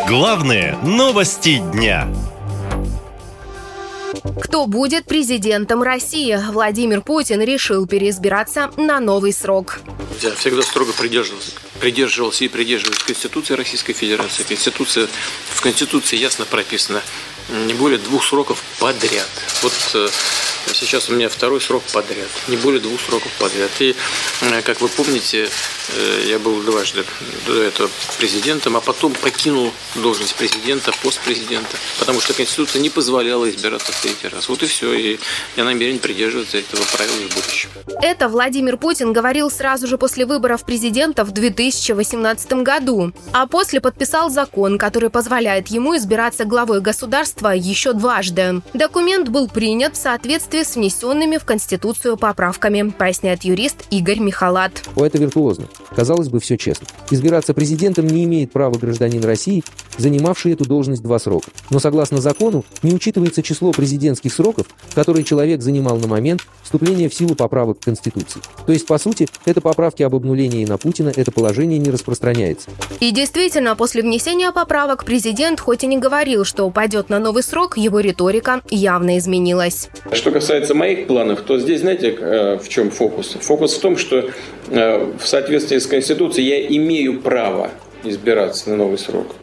Главные новости дня. Кто будет президентом России? Владимир Путин решил переизбираться на новый срок. Я всегда строго придерживался и придерживаюсь Конституции Российской Федерации. В Конституции ясно прописано: не более 2 сроков подряд. Вот сейчас у меня 2-й срок подряд. Не более 2 сроков подряд. И, как вы помните, я был дважды до этого президентом, а потом покинул должность президента, пост президента, потому что Конституция не позволяла избираться в 3-й раз. Вот и все. И я намерен придерживаться этого правила в будущем. Это Владимир Путин говорил сразу же после выборов президента в 2018 году. А после подписал закон, который позволяет ему избираться главой государства еще дважды. Документ был принят в соответствии с внесенными в Конституцию поправками, поясняет юрист Игорь Михалат. Это виртуозно. Казалось бы, все честно. Избираться президентом не имеет права гражданин России, занимавший эту должность 2 срока. Но согласно закону не учитывается число президентских сроков, которые человек занимал на момент вступления в силу поправок к Конституции. То есть, по сути, это поправки об обнулении на Путина, это положение не распространяется. И действительно, после внесения поправок президент хоть и не говорил, что упадет на новый срок, его риторика явно изменилась. Что касается моих планов, то здесь, знаете, в чем фокус? Фокус в том, что в соответствии с Конституцией я имею право избираться на новый срок.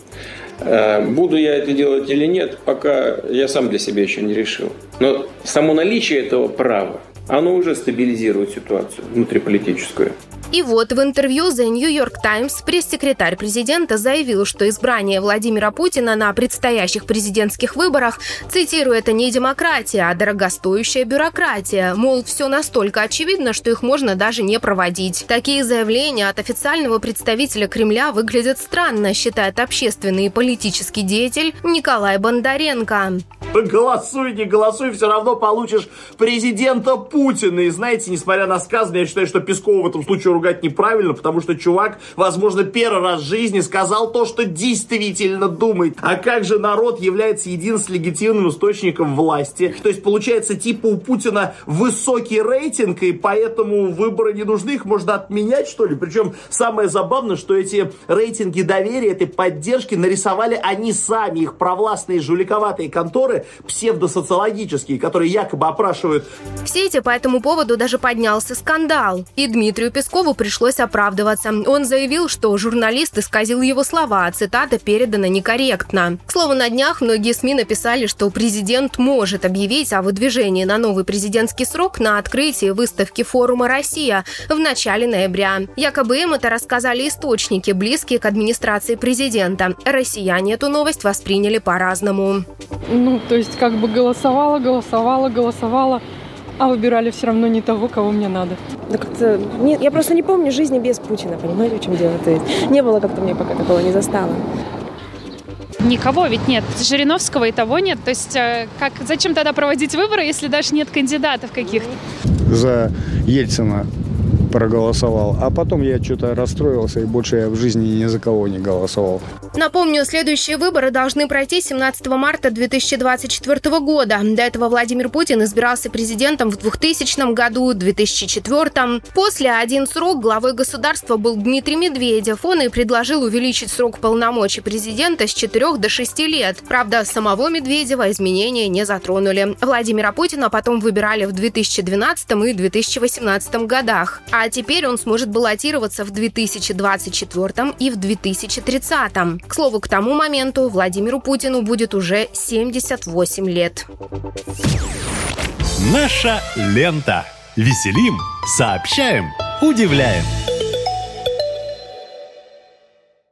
Буду я это делать или нет, пока я сам для себя еще не решил. Но само наличие этого права, оно уже стабилизирует ситуацию внутриполитическую. И вот в интервью The New York Times пресс-секретарь президента заявил, что избрание Владимира Путина на предстоящих президентских выборах, цитирую, это не демократия, а дорогостоящая бюрократия. Мол, все настолько очевидно, что их можно даже не проводить. Такие заявления от официального представителя Кремля выглядят странно, считает общественный и политический деятель Николай Бондаренко. Голосуй, не голосуй, все равно получишь президента Путина. И знаете, несмотря на сказанное, я считаю, что Пескова в этом случае ругать неправильно, потому что чувак, возможно, первый раз в жизни сказал то, что действительно думает. А как же народ является единственным легитимным источником власти? То есть, получается, типа у Путина высокий рейтинг, и поэтому выборы не нужны, их можно отменять, что ли? Причем самое забавное, что эти рейтинги доверия, этой поддержки нарисовали они сами, их провластные жуликоватые конторы, псевдосоциологические, которые якобы опрашивают. В сети по этому поводу даже поднялся скандал. И Дмитрию Пескову пришлось оправдываться. Он заявил, что журналист исказил его слова, а цитата передана некорректно. К слову, на днях многие СМИ написали, что президент может объявить о выдвижении на новый президентский срок на открытии выставки форума «Россия» в начале ноября. Якобы им это рассказали источники, близкие к администрации президента. Россияне эту новость восприняли по-разному. То есть как бы голосовала, а выбирали все равно не того, кого мне надо. Да как-то нет, я просто не помню жизни без Путина, понимаете, в чем дело? То есть не было как-то мне пока такого не застало. Никого ведь нет. Жириновского и того нет. То есть зачем тогда проводить выборы, если даже нет кандидатов каких-то? За Ельцина проголосовал, а потом я что-то расстроился, и больше я в жизни ни за кого не голосовал. Напомню, следующие выборы должны пройти 17 марта 2024 года. До этого Владимир Путин избирался президентом в 2000 году, 2004. После 1 срок главой государства был Дмитрий Медведев. Он и предложил увеличить срок полномочий президента с 4 до 6 лет. Правда, самого Медведева изменения не затронули. Владимира Путина потом выбирали в 2012 и 2018 годах. А теперь он сможет баллотироваться в 2024 и в 2030. К слову, к тому моменту Владимиру Путину будет уже 78 лет. Наша лента. Веселим, сообщаем, удивляем.